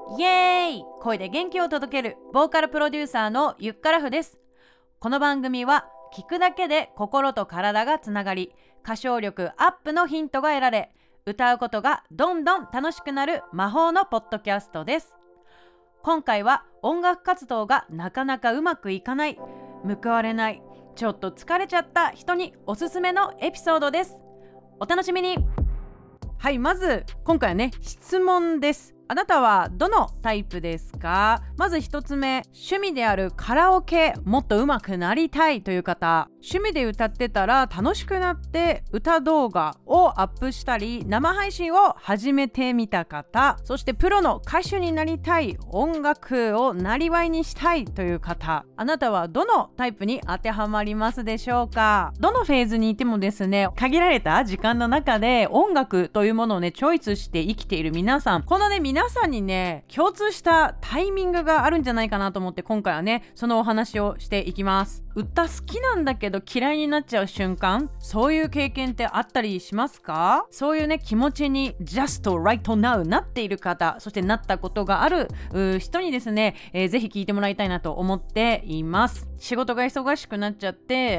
イエーイ、声で元気を届けるボーカルプロデューサーのゆっからふです。この番組は聞くだけで心と体がつながり、歌唱力アップのヒントが得られ、歌うことがどんどん楽しくなる魔法のポッドキャストです。今回は音楽活動がなかなかうまくいかない、報われない、ちょっと疲れちゃった人におすすめのエピソードです。お楽しみに。はい、まず今回はね、質問です。あなたはどのタイプですか？まず一つ目、趣味であるカラオケもっと上手くなりたいという方、趣味で歌ってたら楽しくなって歌動画をアップしたり生配信を始めてみた方、そしてプロの歌手になりたい、音楽をなりわいにしたいという方、あなたはどのタイプに当てはまりますでしょうか？どのフェーズにいてもですね、限られた時間の中で音楽というものをねチョイスして生きている皆さん、このね皆さんにね共通したタイミングがあるんじゃないかなと思って、今回はねそのお話をしていきます。歌好きなんだけど嫌いになっちゃう瞬間、そういう経験ってあったりしますか？そういうね気持ちに just right now なっている方、そしてなったことがある人にですね、ぜひ聞いてもらいたいなと思っています。仕事が忙しくなっちゃって、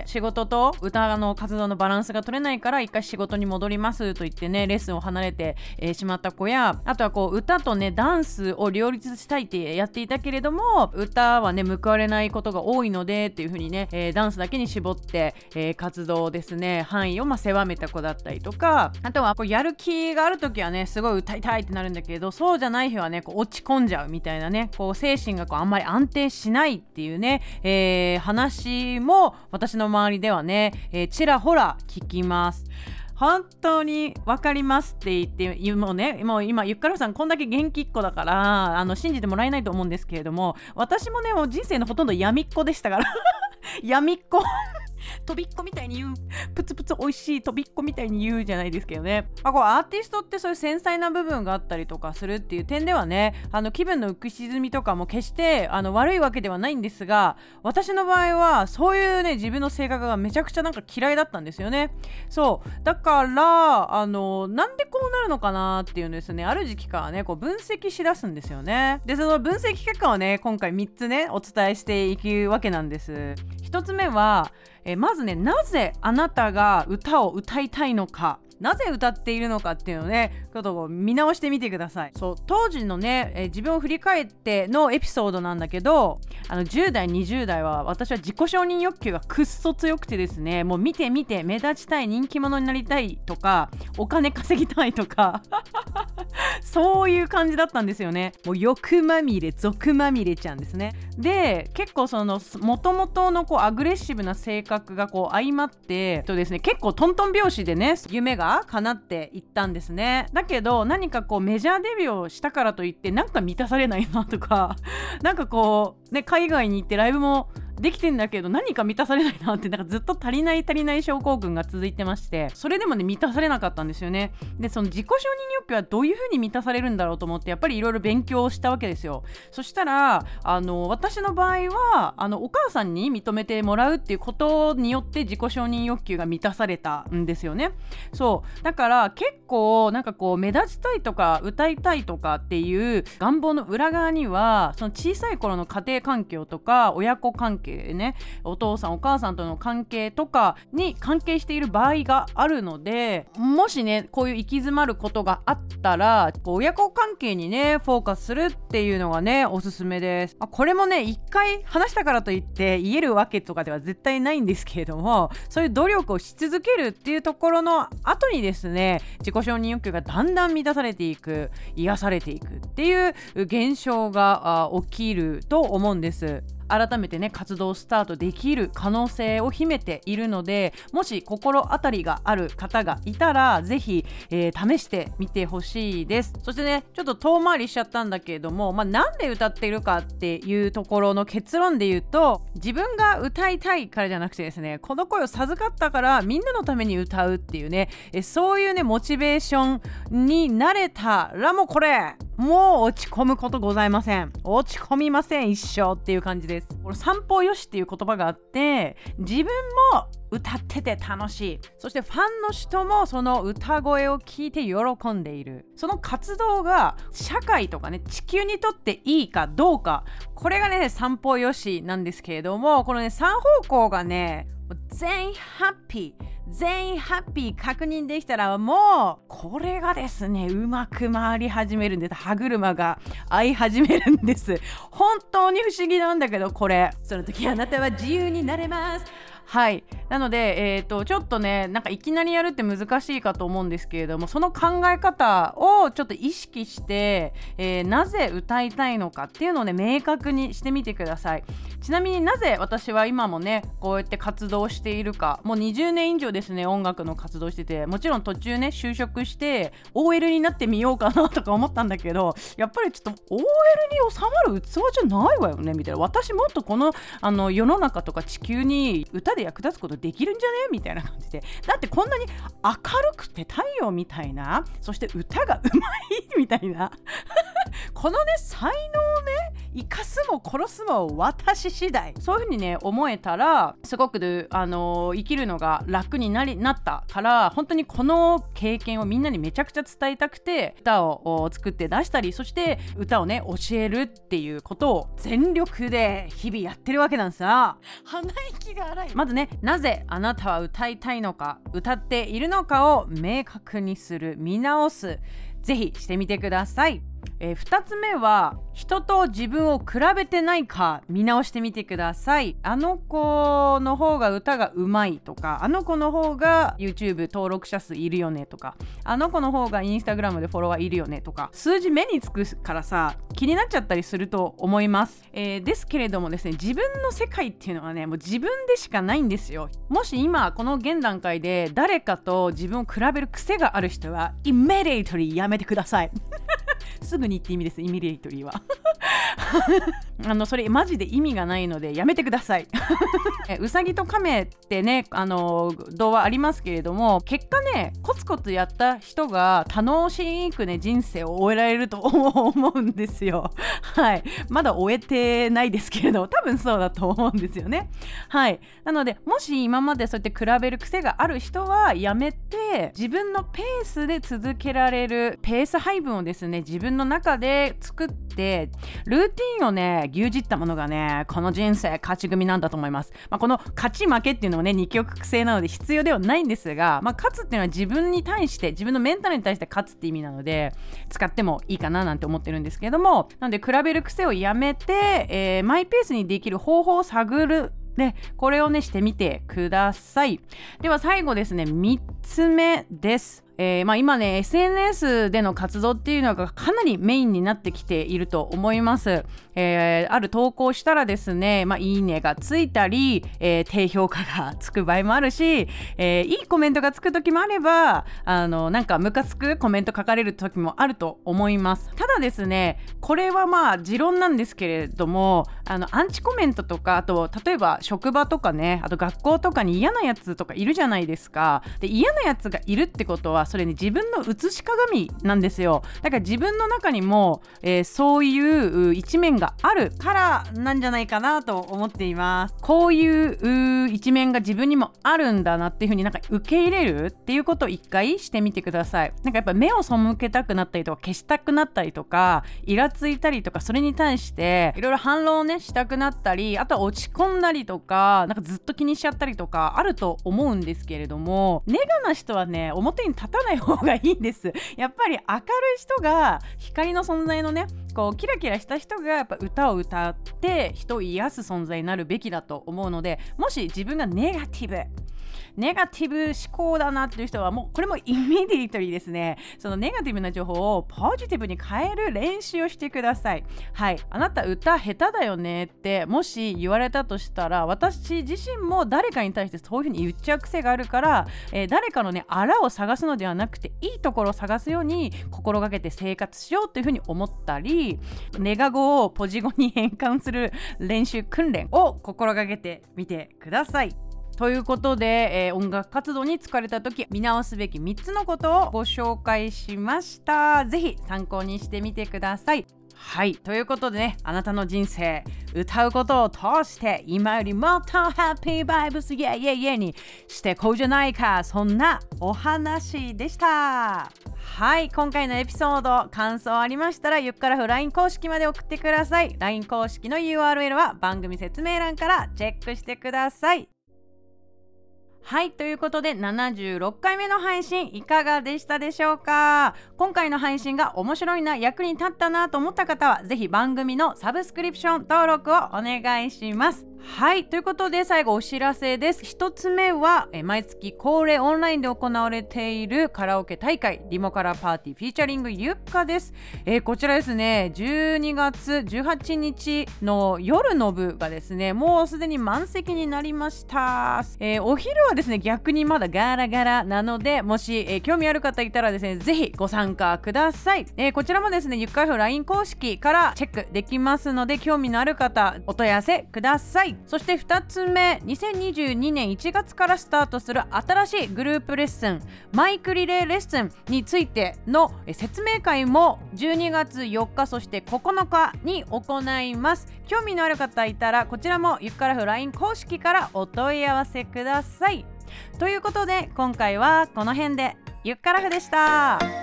仕事と歌の活動のバランスが取れないから一回仕事に戻りますと言ってねレッスンを離れて、しまった子や、あとはこう歌とねダンスを両立したいってやっていたけれども、歌はね報われないことが多いのでっていう風にね、ダンスだけに絞って、活動ですね範囲を狭めた子だったりとか、あとはこうやる気がある時はねすごい歌いたいってなるんだけど、そうじゃない日はねこう落ち込んじゃうみたいなね、こう精神がこうあんまり安定しないっていうね、話も私の周りではね、ちらほら聞きます。本当に分かりますって言って、もう今ゆっからさんこんだけ元気っ子だから信じてもらえないと思うんですけれども、私もねもう人生のほとんど闇っ子でしたから闇っ子とびっこみたいに言う、プツプツ美味しいとびっこみたいに言うじゃないですけどね。こうアーティストってそういう繊細な部分があったりとかするっていう点ではね、気分の浮き沈みとかも決して悪いわけではないんですが、私の場合はそういうね自分の性格がめちゃくちゃなんか嫌いだったんですよね。そうだからなんでこうなるのかなっていうのですね、ある時期からねこう分析しだすんですよね。でその分析結果をね今回3つねお伝えしていくわけなんです。1つ目はまずね、なぜあなたが歌を歌いたいのか、なぜ歌っているのかっていうのをねちょっと見直してみてください。そう当時のね、自分を振り返ってのエピソードなんだけど、10代20代は私は自己承認欲求がくっそ強くてですね、もう見て目立ちたい、人気者になりたいとかお金稼ぎたいとかそういう感じだったんですよね。もう欲まみれ俗まみれちゃんですね。で結構その元々のこうアグレッシブな性格がこう相まってとですね、結構トントン拍子でね夢が叶っていったんですね。だけど何かこうメジャーデビューをしたからといってなんか満たされないなとかなんかこうね海外に行ってライブもできてんだけど何か満たされないなって、なんかずっと足りない症候群が続いてまして、それでもね満たされなかったんですよね。でその自己承認欲求はどういう風に満たされるんだろうと思って、やっぱりいろいろ勉強したわけですよ。そしたら私の場合はお母さんに認めてもらうっていうことによって自己承認欲求が満たされたんですよね。そうだから結構なんかこう目立ちたいとか歌いたいとかっていう願望の裏側には、その小さい頃の家庭環境とか親子関係ね、お父さんお母さんとの関係とかに関係している場合があるので、もしねこういう行き詰まることがあったらこう親子関係にねフォーカスするっていうのがねおすすめです。これもね一回話したからといって言えるわけとかでは絶対ないんですけれども、そういう努力をし続けるっていうところの後にですね、自己承認欲求がだんだん満たされていく、癒されていくっていう現象が起きると思うんです。改めてね活動スタートできる可能性を秘めているので、もし心当たりがある方がいたらぜひ、試してみてほしいです。そしてねちょっと遠回りしちゃったんだけれども、なんで歌っているかっていうところの結論で言うと、自分が歌いたいからじゃなくてですね、この声を授かったからみんなのために歌うっていうね、そういうねモチベーションになれたらもうこれもう落ち込むことございません。落ち込みません一生っていう感じです。 です。この三方よしっていう言葉があって、自分も歌ってて楽しい、そしてファンの人もその歌声を聞いて喜んでいる、その活動が社会とかね、地球にとっていいかどうか、これがね三方よしなんですけれども、このね三方向がね全員ハッピー確認できたら、もうこれがですねうまく回り始めるんです。歯車が合い始めるんです。本当に不思議なんだけど、これその時あなたは自由になれます。はい、なので、ちょっとねなんかいきなりやるって難しいかと思うんですけれども、その考え方をちょっと意識して、なぜ歌いたいのかっていうのをね明確にしてみてください。ちなみになぜ私は今もねこうやって活動しているか、もう20年以上ですね音楽の活動してて、もちろん途中ね就職して OL になってみようかなとか思ったんだけど、やっぱりちょっと OL に収まる器じゃないわよねみたいな、私もっとこの世の中とか地球に歌で役立つことできるんじゃねみたいな感じで、だってこんなに明るくて太陽みたいな、そして歌がうまいみたいなこのね才能をね生かすも殺すも私次第、そういう風にね思えたらすごく生きるのが楽になったから、本当にこの経験をみんなにめちゃくちゃ伝えたくて歌を作って出したり、そして歌をね教えるっていうことを全力で日々やってるわけなんですよ。鼻息が荒い。まずね、なぜあなたは歌いたいのか、歌っているのかを明確にする、見直す、ぜひしてみてください。2つ目は人と自分を比べてないか見直してみてください。あの子の方が歌がうまいとか、あの子の方が YouTube 登録者数いるよねとか、あの子の方が Instagram でフォロワーいるよねとか、数字目につくからさ気になっちゃったりすると思います。ですけれどもですね、自分の世界っていうのはねもう自分でしかないんですよ。もし今この現段階で誰かと自分を比べる癖がある人はイメディトリーやめてくださいすぐにって意味です、イミディエイトリーはそれマジで意味がないのでやめてくださいうさぎと亀ってね童話ありますけれども、結果ねコツコツやった人が楽しくね人生を終えられると思うんですよ。はい、まだ終えてないですけれど多分そうだと思うんですよね。はい、なのでもし今までそうやって比べる癖がある人はやめて、自分のペースで続けられるペース配分をですね自分の中で作って、ルーティンをね牛耳ったものがねこの人生勝ち組なんだと思います。この勝ち負けっていうのもね二極性なので必要ではないんですが、勝つっていうのは自分に対して、自分のメンタルに対して勝つって意味なので使ってもいいかななんて思ってるんですけれども、なので比べる癖をやめて、マイペースにできる方法を探る、これをねしてみてください。では最後ですね、3つ目です。今ね SNS での活動っていうのがかなりメインになってきていると思います。ある投稿したらですね、いいねがついたり、低評価がつく場合もあるし、いいコメントがつく時もあればなんかムカつくコメント書かれる時もあると思います。ただですね、これは持論なんですけれども、アンチコメントとか、あと例えば職場とかね、あと学校とかに嫌なやつとかいるじゃないですか。で、嫌なやつがいるってことはそれね自分の写し鏡なんですよ。だから自分の中にも、そういう一面があるからなんじゃないかなと思っています。こういう一面が自分にもあるんだなっていう風になんか受け入れるっていうことを一回してみてください。なんかやっぱ目を背けたくなったりとか消したくなったりとかイラついたりとか、それに対していろいろ反論をねしたくなったり、あとは落ち込んだりとか、なんかずっと気にしちゃったりとかあると思うんですけれども、ネガな人はね表に立たない方がいいんです。やっぱり明るい人が、光の存在のねこうキラキラした人がやっぱ歌を歌って人を癒す存在になるべきだと思うので、もし自分がネガティブ思考だなっていう人はもうこれもイミディトリーですね、そのネガティブな情報をポジティブに変える練習をしてください。はい、あなた歌下手だよねってもし言われたとしたら、私自身も誰かに対してそういう風に言っちゃう癖があるから、誰かのねあらを探すのではなくていいところを探すように心がけて生活しようという風に思ったり、ネガ語をポジ語に変換する練習訓練を心がけてみてください。ということで、音楽活動に疲れた時見直すべき3つのことをご紹介しました。ぜひ参考にしてみてください。 はい、ということでね、あなたの人生歌うことを通して今よりもっとハッピーバイブスイエイエイイエイにしてこうじゃないか、そんなお話でした。はい、今回のエピソード感想ありましたらゆっからふ LINE 公式まで送ってください。 LINE 公式の URL は番組説明欄からチェックしてください。はい、ということで76回目の配信いかがでしたでしょうか。今回の配信が面白いな、役に立ったなと思った方はぜひ番組のサブスクリプション登録をお願いします。はい、ということで最後お知らせです。一つ目は毎月恒例オンラインで行われているカラオケ大会リモカラパーティーフィーチャリングゆっかです。こちらですね、12月18日の夜の部がですね、もうすでに満席になりました。お昼はですね逆にまだガラガラなので、もし、興味ある方いたらですねぜひご参加ください。こちらもですねゆっかりふ LINE 公式からチェックできますので、興味のある方お問い合わせください。そして2つ目、2022年1月からスタートする新しいグループレッスンマイクリレーレッスンについての説明会も12月4日そして9日に行います。興味のある方いたらこちらもゆっからふ LINE 公式からお問い合わせください。ということで今回はこの辺でゆっからふでした。